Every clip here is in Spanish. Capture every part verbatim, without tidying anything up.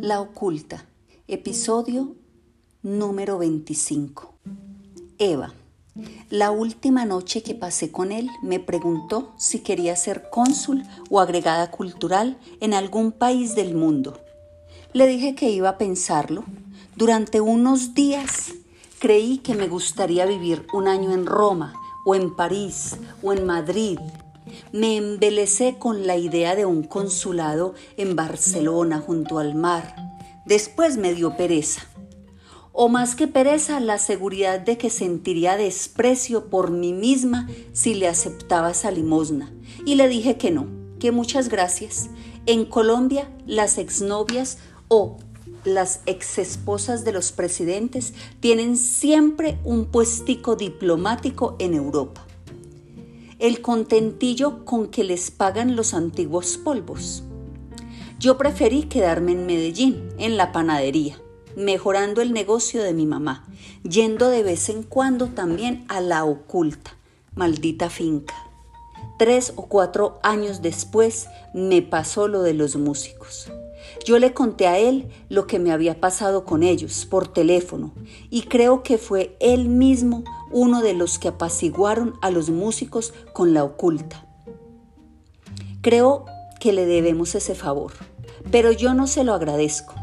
La Oculta, episodio número veinticinco. Eva, la última noche que pasé con él me preguntó si quería ser cónsul o agregada cultural en algún país del mundo. Le dije que iba a pensarlo. Durante unos días creí que me gustaría vivir un año en Roma o en París o en Madrid. Me embelecé con la idea de un consulado en Barcelona junto al mar. Después me dio pereza. O más que pereza, la seguridad de que sentiría desprecio por mí misma si le aceptaba esa limosna. Y le dije que no, que muchas gracias. En Colombia, las exnovias o las exesposas de los presidentes tienen siempre un puestico diplomático en Europa. El contentillo con que les pagan los antiguos polvos. Yo preferí quedarme en Medellín, en la panadería, mejorando el negocio de mi mamá, yendo de vez en cuando también a La Oculta, maldita finca. Tres o cuatro años después me pasó lo de los músicos. Yo le conté a él lo que me había pasado con ellos por teléfono y creo que fue él mismo uno de los que apaciguaron a los músicos con La Oculta. Creo que le debemos ese favor, pero yo no se lo agradezco.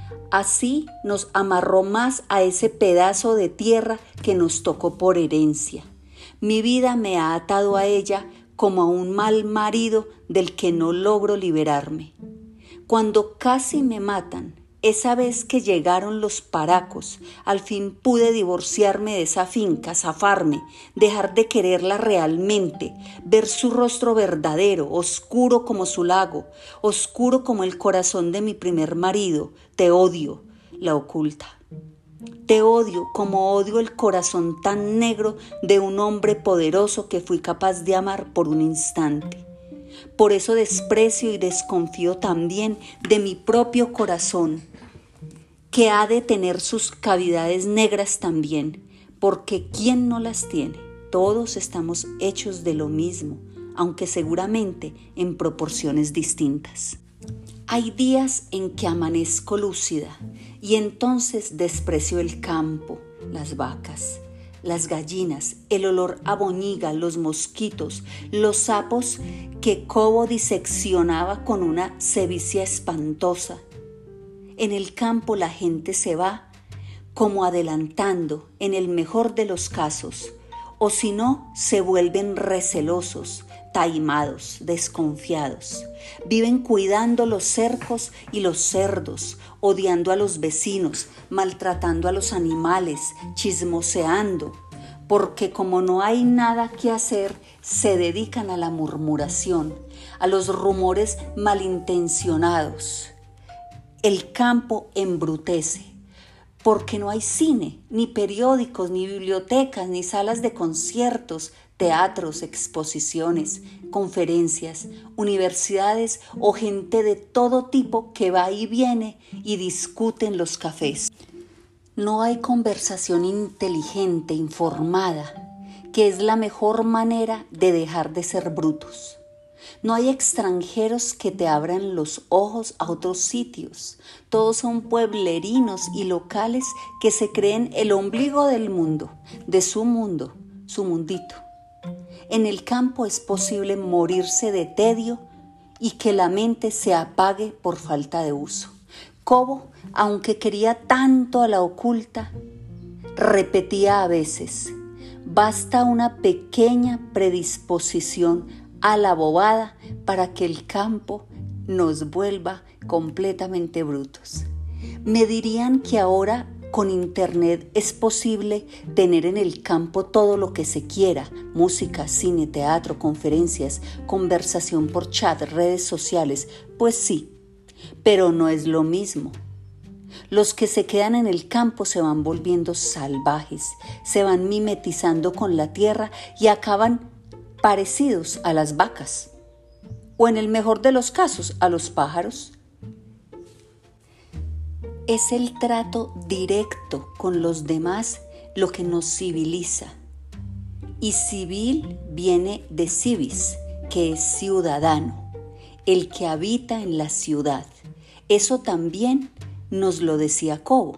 Así nos amarró más a ese pedazo de tierra que nos tocó por herencia. Mi vida me ha atado a ella como a un mal marido del que no logro liberarme. Cuando casi me matan, esa vez que llegaron los paracos, al fin pude divorciarme de esa finca, zafarme, dejar de quererla realmente, ver su rostro verdadero, oscuro como su lago, oscuro como el corazón de mi primer marido. Te odio, La Oculta. Te odio como odio el corazón tan negro de un hombre poderoso que fui capaz de amar por un instante. Por eso desprecio y desconfío también de mi propio corazón, que ha de tener sus cavidades negras también, porque ¿quién no las tiene? Todos estamos hechos de lo mismo, aunque seguramente en proporciones distintas. Hay días en que amanezco lúcida y entonces desprecio el campo, las vacas, las gallinas, el olor a boñiga, los mosquitos, los sapos que Cobo diseccionaba con una sevicia espantosa. En el campo la gente se va como adelantando en el mejor de los casos, o si no, se vuelven recelosos, taimados, desconfiados. Viven cuidando los cercos y los cerdos, odiando a los vecinos, maltratando a los animales, chismoseando, porque como no hay nada que hacer, se dedican a la murmuración, a los rumores malintencionados. El campo embrutece, porque no hay cine, ni periódicos, ni bibliotecas, ni salas de conciertos, teatros, exposiciones, conferencias, universidades o gente de todo tipo que va y viene y discute en los cafés. No hay conversación inteligente, informada, que es la mejor manera de dejar de ser brutos. No hay extranjeros que te abran los ojos a otros sitios. Todos son pueblerinos y locales que se creen el ombligo del mundo, de su mundo, su mundito. En el campo es posible morirse de tedio y que la mente se apague por falta de uso. Cobo, aunque quería tanto a La Oculta, repetía a veces: basta una pequeña predisposición a la bobada para que el campo nos vuelva completamente brutos. Me dirían que ahora con internet es posible tener en el campo todo lo que se quiera: música, cine, teatro, conferencias, conversación por chat, redes sociales. Pues sí, pero no es lo mismo. Los que se quedan en el campo se van volviendo salvajes, se van mimetizando con la tierra y acaban parecidos a las vacas, o en el mejor de los casos, a los pájaros. Es el trato directo con los demás lo que nos civiliza. Y civil viene de civis, que es ciudadano, el que habita en la ciudad. Eso también nos lo decía Cobo,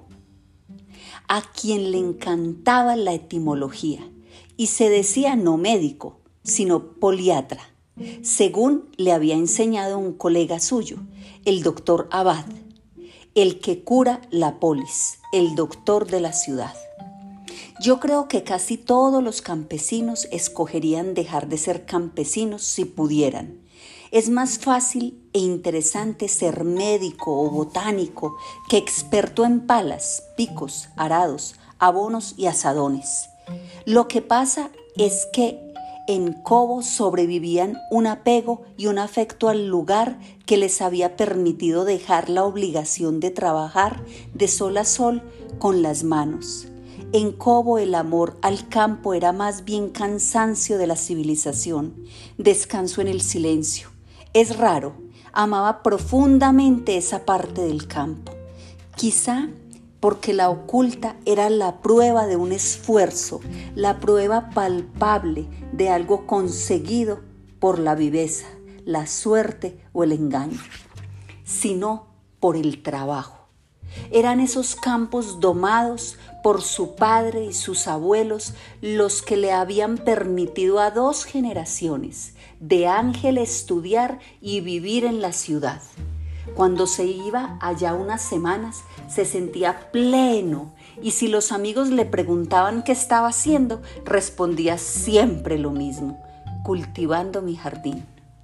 a quien le encantaba la etimología y se decía no médico, sino poliatra, según le había enseñado un colega suyo, el doctor Abad, el que cura la polis, el doctor de la ciudad. Yo creo que casi todos los campesinos escogerían dejar de ser campesinos si pudieran. Es más fácil e interesante ser médico o botánico que experto en palas, picos, arados, abonos y asadones. Lo que pasa es que en Cobo sobrevivían un apego y un afecto al lugar que les había permitido dejar la obligación de trabajar de sol a sol con las manos. En Cobo el amor al campo era más bien cansancio de la civilización, descanso en el silencio. Es raro, amaba profundamente esa parte del campo, quizá porque la oculta era la prueba de un esfuerzo, la prueba palpable de algo conseguido por la viveza, la suerte o el engaño, sino por el trabajo. Eran esos campos domados por su padre y sus abuelos los que le habían permitido a dos generaciones de Ángel estudiar y vivir en la ciudad. Cuando se iba allá unas semanas, se sentía pleno y si los amigos le preguntaban qué estaba haciendo, respondía siempre lo mismo: cultivando mi jardín.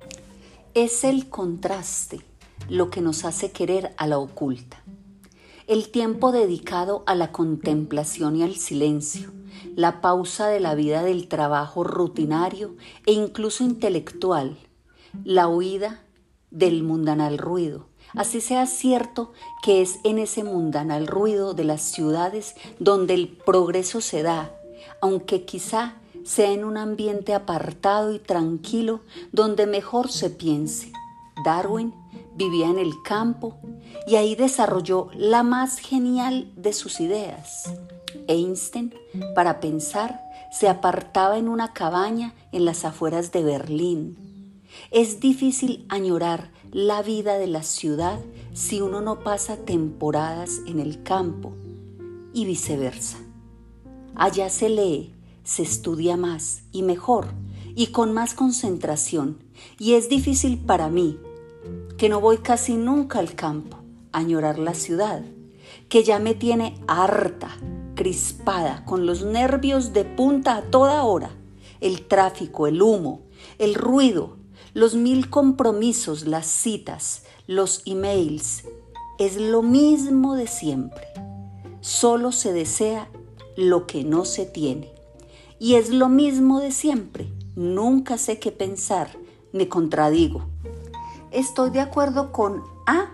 Es el contraste lo que nos hace querer a la oculta. El tiempo dedicado a la contemplación y al silencio, la pausa de la vida del trabajo rutinario e incluso intelectual, la huida del mundanal ruido. Así sea cierto que es en ese mundanal ruido de las ciudades donde el progreso se da, aunque quizá sea en un ambiente apartado y tranquilo donde mejor se piense. Darwin vivía en el campo y ahí desarrolló la más genial de sus ideas. Einstein, para pensar, se apartaba en una cabaña en las afueras de Berlín. Es difícil añorar la vida de la ciudad si uno no pasa temporadas en el campo y viceversa. Allá se lee, se estudia más y mejor y con más concentración, y es difícil para mí, que no voy casi nunca al campo, añorar la ciudad, que ya me tiene harta, crispada, con los nervios de punta a toda hora, el tráfico, el humo, el ruido, los mil compromisos, las citas, los emails. Es lo mismo de siempre. Solo se desea lo que no se tiene. Y es lo mismo de siempre. Nunca sé qué pensar, me contradigo. Estoy de acuerdo con A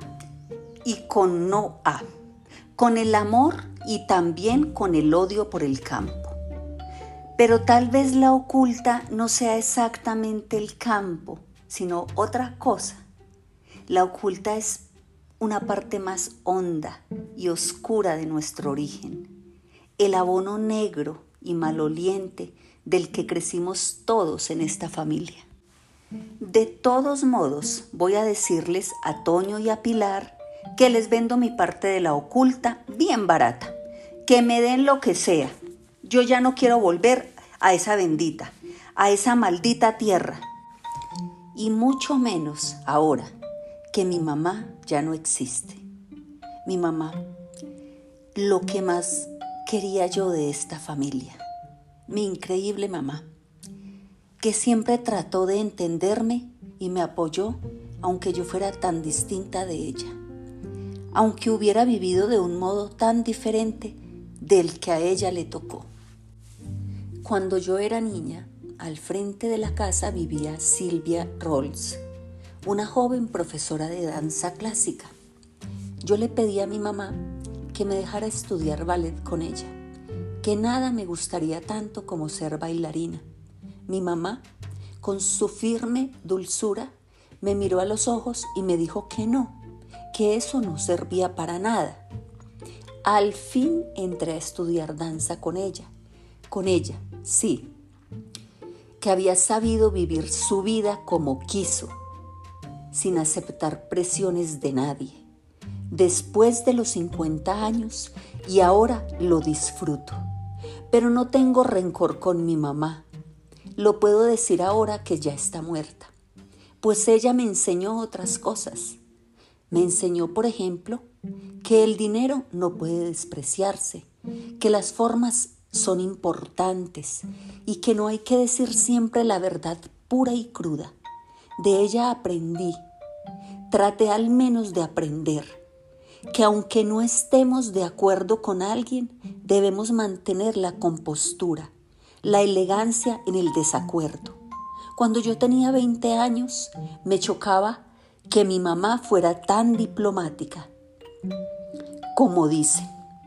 y con no A, con el amor y también con el odio por el campo. Pero tal vez la oculta no sea exactamente el campo, sino otra cosa. La oculta es una parte más honda y oscura de nuestro origen, el abono negro y maloliente del que crecimos todos en esta familia. De todos modos, voy a decirles a Toño y a Pilar que les vendo mi parte de la oculta bien barata, que me den lo que sea. Yo ya no quiero volver a esa bendita, a esa maldita tierra. Y mucho menos ahora que mi mamá ya no existe. Mi mamá, lo que más quería yo de esta familia, mi increíble mamá, que siempre trató de entenderme y me apoyó aunque yo fuera tan distinta de ella, aunque hubiera vivido de un modo tan diferente del que a ella le tocó. Cuando yo era niña, al frente de la casa vivía Silvia Rolls, una joven profesora de danza clásica. Yo le pedí a mi mamá que me dejara estudiar ballet con ella, que nada me gustaría tanto como ser bailarina. Mi mamá, con su firme dulzura, me miró a los ojos y me dijo que no, que eso no servía para nada. Al fin entré a estudiar danza con ella, con ella, sí, que había sabido vivir su vida como quiso, sin aceptar presiones de nadie, después de los cincuenta años, y ahora lo disfruto. Pero no tengo rencor con mi mamá. Lo puedo decir ahora que ya está muerta, pues ella me enseñó otras cosas. Me enseñó, por ejemplo, que el dinero no puede despreciarse, que las formas son importantes y que no hay que decir siempre la verdad pura y cruda. De ella aprendí, traté al menos de aprender, que aunque no estemos de acuerdo con alguien, debemos mantener la compostura, la elegancia en el desacuerdo. Cuando yo tenía veinte años, me chocaba que mi mamá fuera tan diplomática, como dice.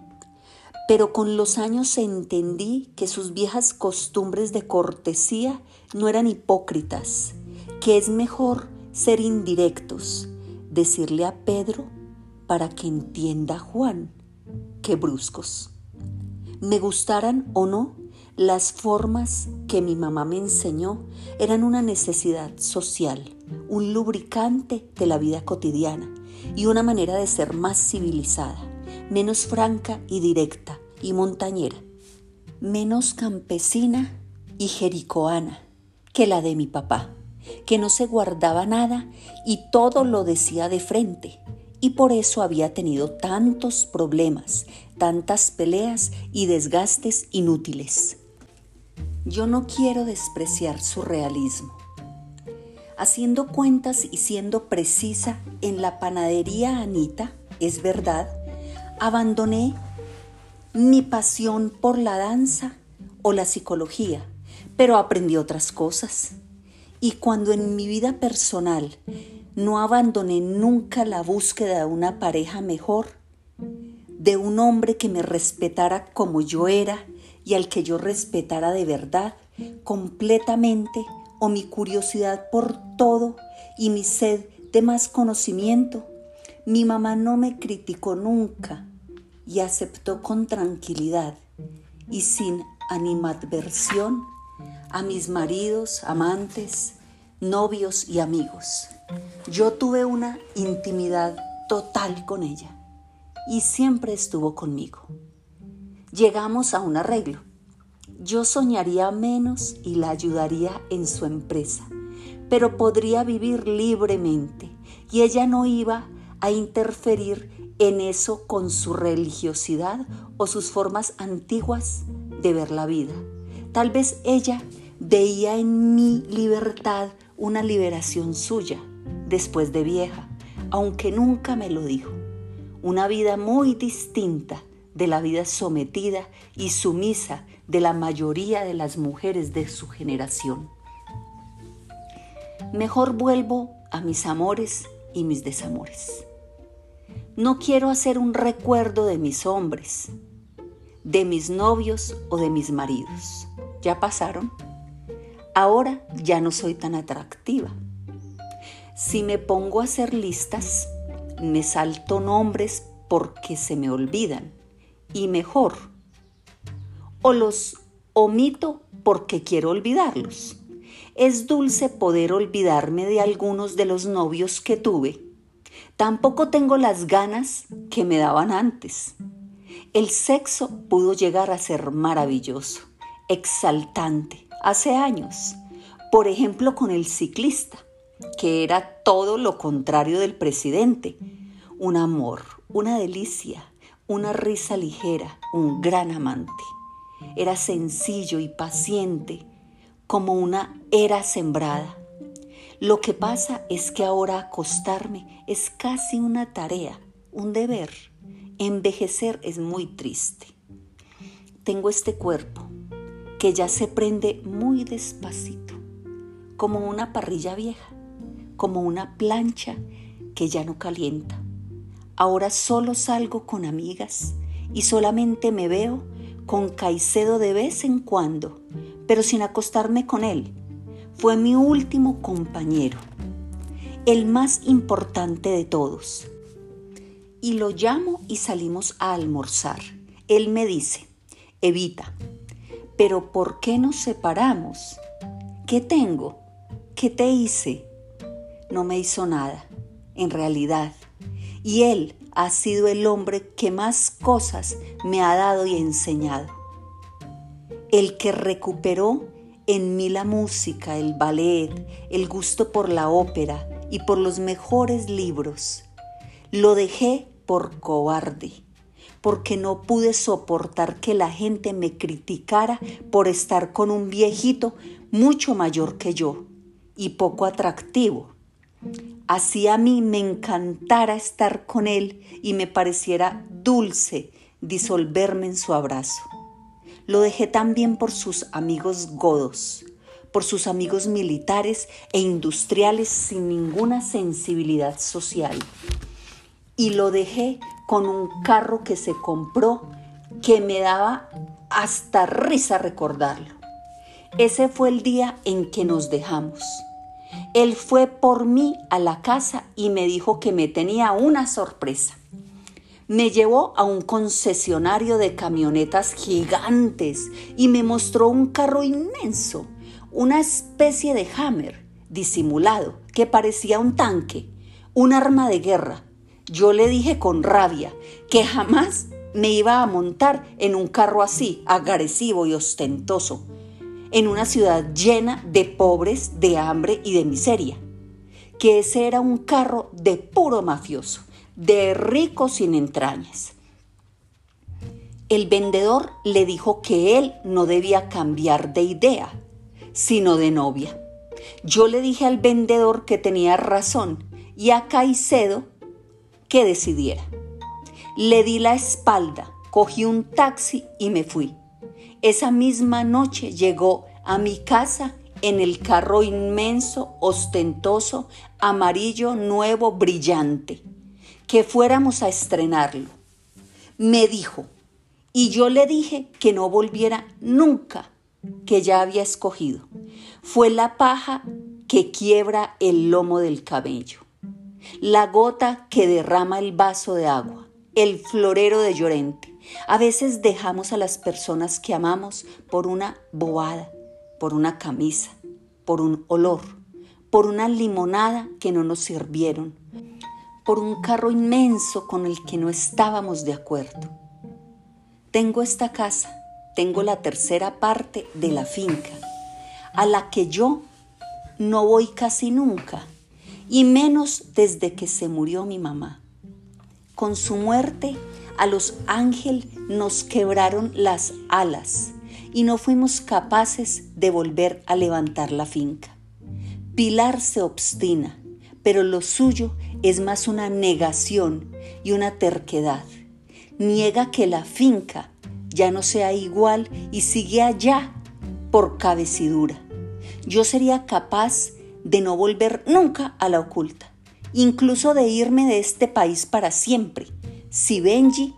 Pero con los años entendí que sus viejas costumbres de cortesía no eran hipócritas, que es mejor ser indirectos, decirle a Pedro para que entienda a Juan, que bruscos. Me gustaran o no, las formas que mi mamá me enseñó eran una necesidad social, un lubricante de la vida cotidiana y una manera de ser más civilizada, menos franca y directa y montañera, menos campesina y jericoana que la de mi papá, que no se guardaba nada y todo lo decía de frente, y por eso había tenido tantos problemas, tantas peleas y desgastes inútiles. Yo no quiero despreciar su realismo. Haciendo cuentas y siendo precisa, en la panadería Anita, es verdad, abandoné mi pasión por la danza o la psicología, pero aprendí otras cosas. Y cuando en mi vida personal no abandoné nunca la búsqueda de una pareja mejor, de un hombre que me respetara como yo era y al que yo respetara de verdad, completamente, o mi curiosidad por todo y mi sed de más conocimiento, mi mamá no me criticó nunca y aceptó con tranquilidad y sin animadversión a mis maridos, amantes, novios y amigos. Yo tuve una intimidad total con ella y siempre estuvo conmigo. Llegamos a un arreglo. Yo soñaría menos y la ayudaría en su empresa, pero podría vivir libremente y ella no iba a interferir en eso con su religiosidad o sus formas antiguas de ver la vida. Tal vez ella veía en mi libertad una liberación suya, después de vieja, aunque nunca me lo dijo. Una vida muy distinta de la vida sometida y sumisa de la mayoría de las mujeres de su generación. Mejor vuelvo a mis amores y mis desamores. No quiero hacer un recuerdo de mis hombres, de mis novios o de mis maridos. Ya pasaron. Ahora ya no soy tan atractiva. Si me pongo a hacer listas, me salto nombres porque se me olvidan. Y mejor, o los omito porque quiero olvidarlos. Es dulce poder olvidarme de algunos de los novios que tuve. Tampoco tengo las ganas que me daban antes. El sexo pudo llegar a ser maravilloso, exaltante, hace años. Por ejemplo, con el ciclista, que era todo lo contrario del presidente. Un amor, una delicia, una risa ligera, un gran amante. Era sencillo y paciente, como una era sembrada. Lo que pasa es que ahora acostarme es casi una tarea, un deber. Envejecer es muy triste. Tengo este cuerpo que ya se prende muy despacito, como una parrilla vieja, como una plancha que ya no calienta. Ahora solo salgo con amigas y solamente me veo con Caicedo de vez en cuando, pero sin acostarme con él. Fue mi último compañero, el más importante de todos. Y lo llamo y salimos a almorzar. Él me dice: Evita, ¿pero por qué nos separamos? ¿Qué tengo? ¿Qué te hice? No me hizo nada, en realidad. Y él, ha sido el hombre que más cosas me ha dado y enseñado. El que recuperó en mí la música, el ballet, el gusto por la ópera y por los mejores libros. Lo dejé por cobarde, porque no pude soportar que la gente me criticara por estar con un viejito mucho mayor que yo y poco atractivo. Así a mí me encantara estar con él y me pareciera dulce disolverme en su abrazo. Lo dejé también por sus amigos godos, por sus amigos militares e industriales sin ninguna sensibilidad social. Y lo dejé con un carro que se compró que me daba hasta risa recordarlo. Ese fue el día en que nos dejamos. Él fue por mí a la casa y me dijo que me tenía una sorpresa. Me llevó a un concesionario de camionetas gigantes y me mostró un carro inmenso, una especie de Hammer disimulado que parecía un tanque, un arma de guerra. Yo le dije con rabia que jamás me iba a montar en un carro así, agresivo y ostentoso, en una ciudad llena de pobres, de hambre y de miseria, que ese era un carro de puro mafioso, de rico sin entrañas. El vendedor le dijo que él no debía cambiar de idea, sino de novia. Yo le dije al vendedor que tenía razón y a Caicedo que decidiera. Le di la espalda, cogí un taxi y me fui. Esa misma noche llegó a mi casa en el carro inmenso, ostentoso, amarillo, nuevo, brillante, que fuéramos a estrenarlo. Me dijo, y yo le dije que no volviera nunca, que ya había escogido. Fue la paja que quiebra el lomo del camello, la gota que derrama el vaso de agua, el florero de Llorente. A veces dejamos a las personas que amamos por una bobada, por una camisa, por un olor, por una limonada que no nos sirvieron, por un carro inmenso con el que no estábamos de acuerdo. Tengo esta casa, tengo la tercera parte de la finca, a la que yo no voy casi nunca, y menos desde que se murió mi mamá. Con su muerte, a los ángeles nos quebraron las alas y no fuimos capaces de volver a levantar la finca. Pilar se obstina, pero lo suyo es más una negación y una terquedad. Niega que la finca ya no sea igual y sigue allá por cabecidura. Yo sería capaz de no volver nunca a la oculta, incluso de irme de este país para siempre, si Benji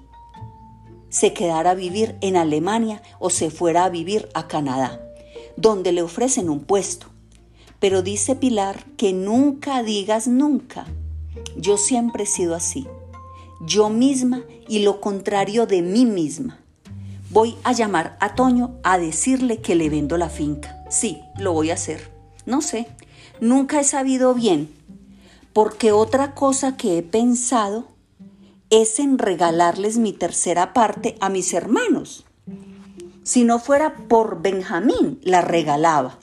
se quedara a vivir en Alemania o se fuera a vivir a Canadá, donde le ofrecen un puesto. Pero dice Pilar que nunca digas nunca. Yo siempre he sido así, yo misma y lo contrario de mí misma. Voy a llamar a Toño a decirle que le vendo la finca. Sí, lo voy a hacer. No sé, nunca he sabido bien, porque otra cosa que he pensado es en regalarles mi tercera parte a mis hermanos. Si no fuera por Benjamín, la regalaba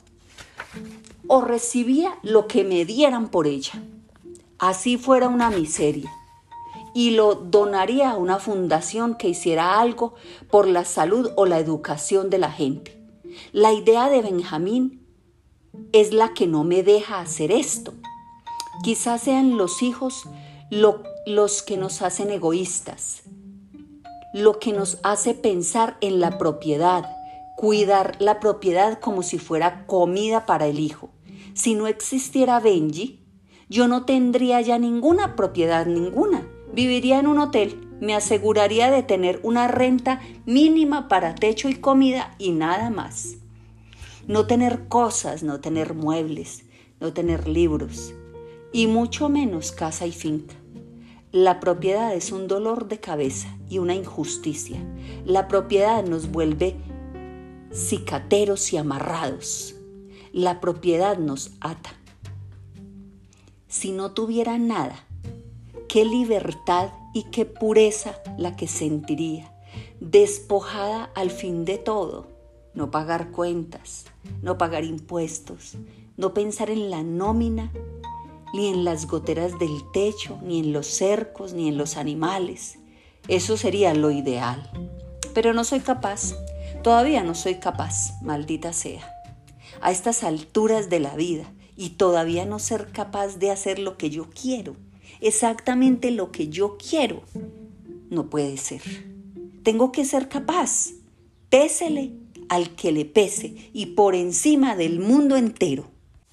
o recibía lo que me dieran por ella. Así fuera una miseria. Y lo donaría a una fundación que hiciera algo por la salud o la educación de la gente. La idea de Benjamín es la que no me deja hacer esto. Quizás sean los hijos lo, los que nos hacen egoístas, lo que nos hace pensar en la propiedad, cuidar la propiedad como si fuera comida para el hijo. Si no existiera Benji, yo no tendría ya ninguna propiedad, ninguna. Viviría en un hotel, me aseguraría de tener una renta mínima para techo y comida y nada más. No tener cosas, no tener muebles, no tener libros y mucho menos casa y finca. La propiedad es un dolor de cabeza y una injusticia. La propiedad nos vuelve cicateros y amarrados. La propiedad nos ata. Si no tuviera nada, ¿qué libertad y qué pureza la que sentiría, despojada al fin de todo. No pagar cuentas, no pagar impuestos, no pensar en la nómina, ni en las goteras del techo, ni en los cercos, ni en los animales. Eso sería lo ideal. Pero no soy capaz, todavía no soy capaz, maldita sea. A estas alturas de la vida, y todavía no ser capaz de hacer lo que yo quiero, exactamente lo que yo quiero, no puede ser. Tengo que ser capaz, pésele al que le pese, y por encima del mundo entero.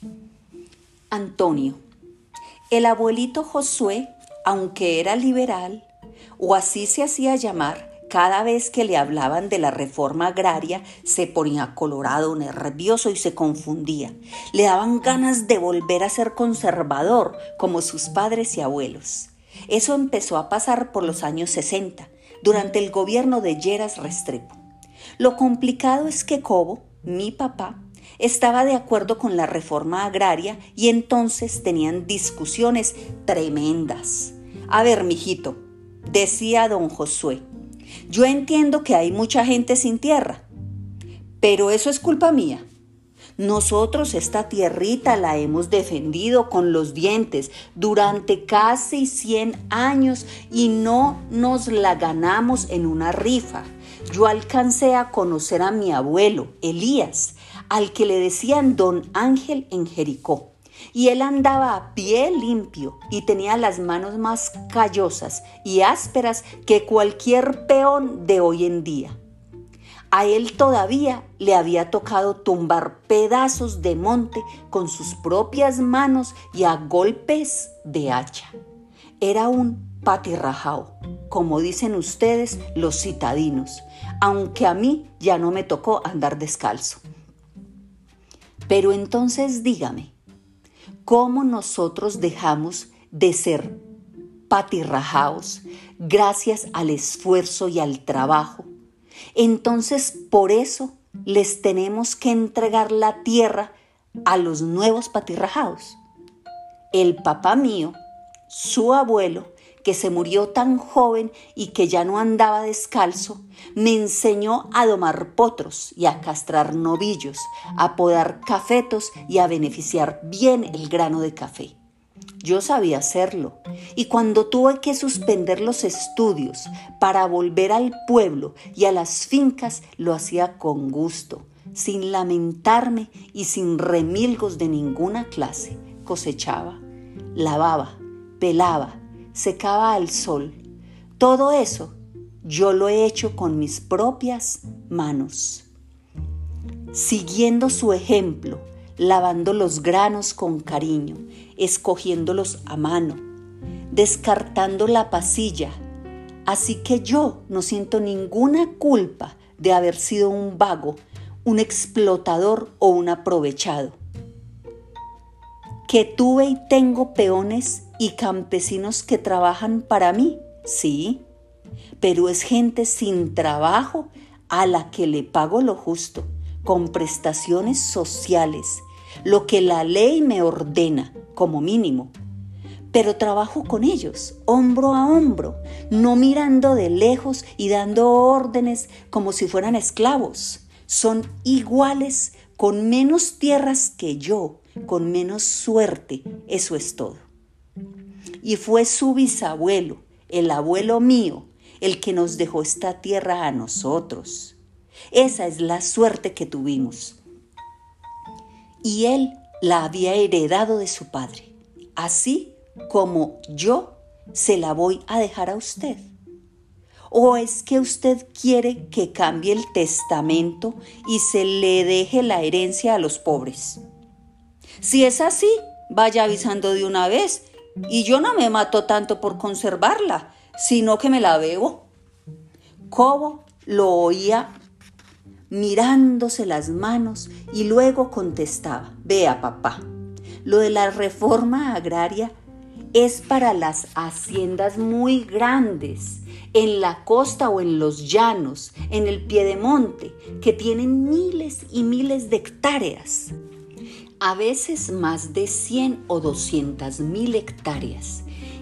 Antonio. El abuelito Josué, aunque era liberal, o así se hacía llamar, cada vez que le hablaban de la reforma agraria se ponía colorado, nervioso y se confundía. Le daban ganas de volver a ser conservador como sus padres y abuelos. Eso empezó a pasar por los años sesenta, durante el gobierno de Lleras Restrepo. Lo complicado es que Cobo, mi papá, estaba de acuerdo con la reforma agraria y entonces tenían discusiones tremendas. A ver, mijito, decía don Josué, yo entiendo que hay mucha gente sin tierra, pero eso es culpa mía. Nosotros esta tierrita la hemos defendido con los dientes durante casi cien años y no nos la ganamos en una rifa. Yo alcancé a conocer a mi abuelo, Elías, al que le decían don Ángel en Jericó. Y él andaba a pie limpio y tenía las manos más callosas y ásperas que cualquier peón de hoy en día. A él todavía le había tocado tumbar pedazos de monte con sus propias manos y a golpes de hacha. Era un patirrajao, como dicen ustedes los citadinos, aunque a mí ya no me tocó andar descalzo. Pero entonces dígame, ¿cómo nosotros dejamos de ser patirrajaos gracias al esfuerzo y al trabajo? Entonces por eso les tenemos que entregar la tierra a los nuevos patirrajaos. El papá mío, su abuelo, que se murió tan joven y que ya no andaba descalzo, me enseñó a domar potros y a castrar novillos, a podar cafetos y a beneficiar bien el grano de café. Yo sabía hacerlo, y cuando tuve que suspender los estudios para volver al pueblo y a las fincas, lo hacía con gusto, sin lamentarme y sin remilgos de ninguna clase. Cosechaba, lavaba, pelaba, secaba al sol. Todo eso yo lo he hecho con mis propias manos. Siguiendo su ejemplo, lavando los granos con cariño, escogiéndolos a mano, descartando la pasilla. Así que yo no siento ninguna culpa de haber sido un vago, un explotador o un aprovechado. Que tuve y tengo peones y campesinos que trabajan para mí, sí, pero es gente sin trabajo a la que le pago lo justo, con prestaciones sociales, lo que la ley me ordena como mínimo. Pero trabajo con ellos, hombro a hombro, no mirando de lejos y dando órdenes como si fueran esclavos. Son iguales, con menos tierras que yo, con menos suerte, eso es todo. Y fue su bisabuelo, el abuelo mío, el que nos dejó esta tierra a nosotros. Esa es la suerte que tuvimos. Y él la había heredado de su padre, así como yo se la voy a dejar a usted. ¿O es que usted quiere que cambie el testamento y se le deje la herencia a los pobres? Si es así, vaya avisando de una vez, y yo no me mato tanto por conservarla, sino que me la bebo. Cobo lo oía mirándose las manos y luego contestaba: vea, papá, lo de la reforma agraria es para las haciendas muy grandes, en la costa o en los llanos, en el piedemonte, que tienen miles y miles de hectáreas, a veces más de cien o doscientas mil hectáreas,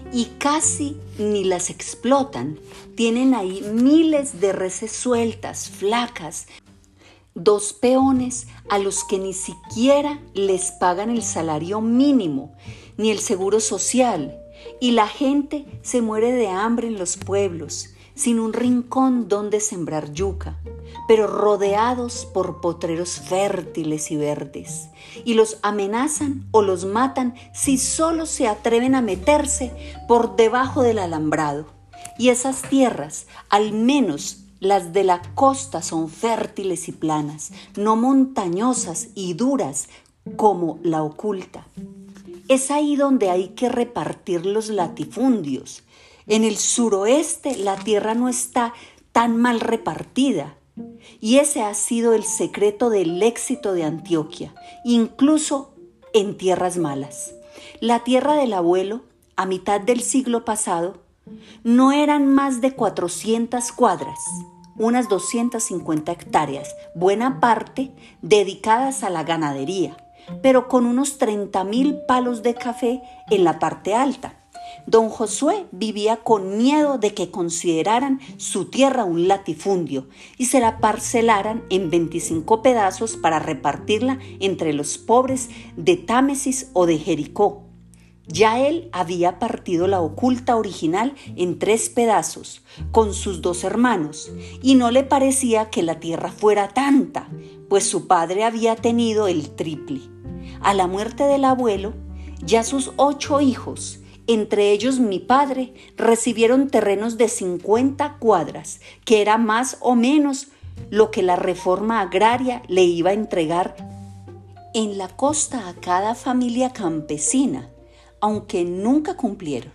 y casi ni las explotan. Tienen ahí miles de reses sueltas, flacas, dos peones a los que ni siquiera les pagan el salario mínimo ni el seguro social, y la gente se muere de hambre en los pueblos, sin un rincón donde sembrar yuca, pero rodeados por potreros fértiles y verdes, y los amenazan o los matan si solo se atreven a meterse por debajo del alambrado. Y esas tierras, al menos las de la costa, son fértiles y planas, no montañosas y duras como la oculta. Es ahí donde hay que repartir los latifundios. En el suroeste la tierra no está tan mal repartida, y ese ha sido el secreto del éxito de Antioquia, incluso en tierras malas. La tierra del abuelo, a mitad del siglo pasado, no eran más de cuatrocientas cuadras, unas doscientas cincuenta hectáreas, buena parte dedicadas a la ganadería, pero con unos treinta mil palos de café en la parte alta. Don Josué vivía con miedo de que consideraran su tierra un latifundio y se la parcelaran en veinticinco pedazos para repartirla entre los pobres de Támesis o de Jericó. Ya él había partido la oculta original en tres pedazos con sus dos hermanos y no le parecía que la tierra fuera tanta, pues su padre había tenido el triple. A la muerte del abuelo, ya sus ocho hijos, entre ellos mi padre, recibieron terrenos de cincuenta cuadras, que era más o menos lo que la reforma agraria le iba a entregar en la costa a cada familia campesina, aunque nunca cumplieron.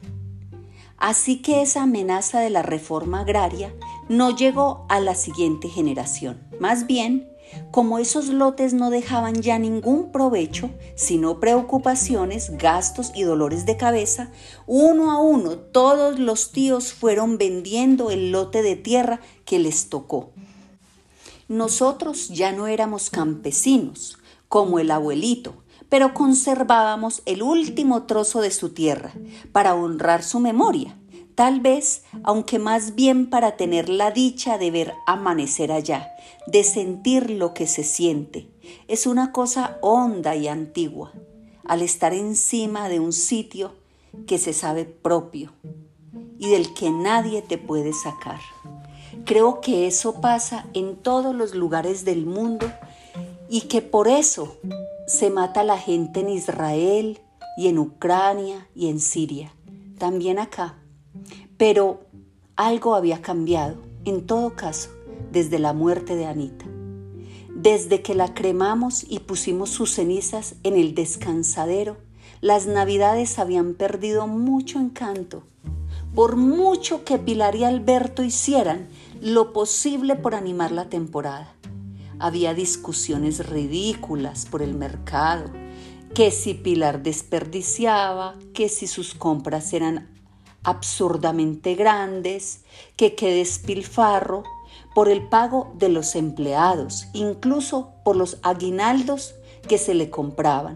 Así que esa amenaza de la reforma agraria no llegó a la siguiente generación. Más bien, como esos lotes no dejaban ya ningún provecho, sino preocupaciones, gastos y dolores de cabeza, uno a uno todos los tíos fueron vendiendo el lote de tierra que les tocó. Nosotros ya no éramos campesinos, como el abuelito, pero conservábamos el último trozo de su tierra para honrar su memoria, tal vez, aunque más bien para tener la dicha de ver amanecer allá, de sentir lo que se siente. Es una cosa honda y antigua, al estar encima de un sitio que se sabe propio y del que nadie te puede sacar. Creo que eso pasa en todos los lugares del mundo y que por eso se mata a la gente en Israel y en Ucrania y en Siria, también acá. Pero algo había cambiado, en todo caso, desde la muerte de Anita. Desde que la cremamos y pusimos sus cenizas en el descansadero, las navidades habían perdido mucho encanto. Por mucho que Pilar y Alberto hicieran lo posible por animar la temporada. Había discusiones ridículas por el mercado, que si Pilar desperdiciaba, que si sus compras eran absurdamente grandes, que qué despilfarro, por el pago de los empleados, incluso por los aguinaldos que se le compraban.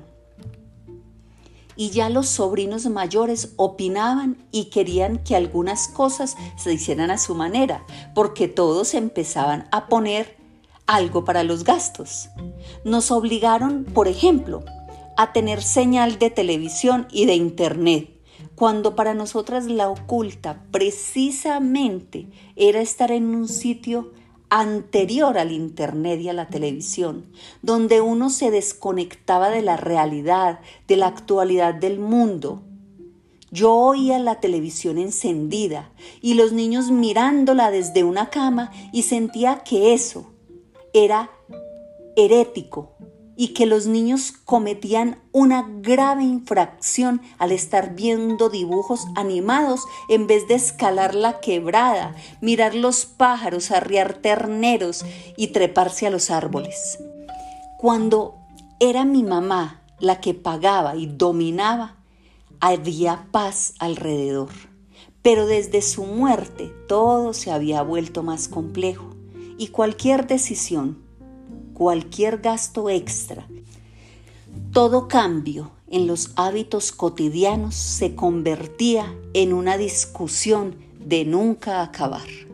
Y ya los sobrinos mayores opinaban y querían que algunas cosas se hicieran a su manera, porque todos empezaban a poner algo para los gastos. Nos obligaron, por ejemplo, a tener señal de televisión y de internet, cuando para nosotras la oculta precisamente era estar en un sitio anterior al internet y a la televisión, donde uno se desconectaba de la realidad, de la actualidad del mundo. Yo oía la televisión encendida y los niños mirándola desde una cama y sentía que eso era herético y que los niños cometían una grave infracción al estar viendo dibujos animados en vez de escalar la quebrada, mirar los pájaros, arriar terneros y treparse a los árboles. Cuando era mi mamá la que pagaba y dominaba, había paz alrededor. Pero desde su muerte todo se había vuelto más complejo y cualquier decisión, cualquier gasto extra, todo cambio en los hábitos cotidianos se convertía en una discusión de nunca acabar.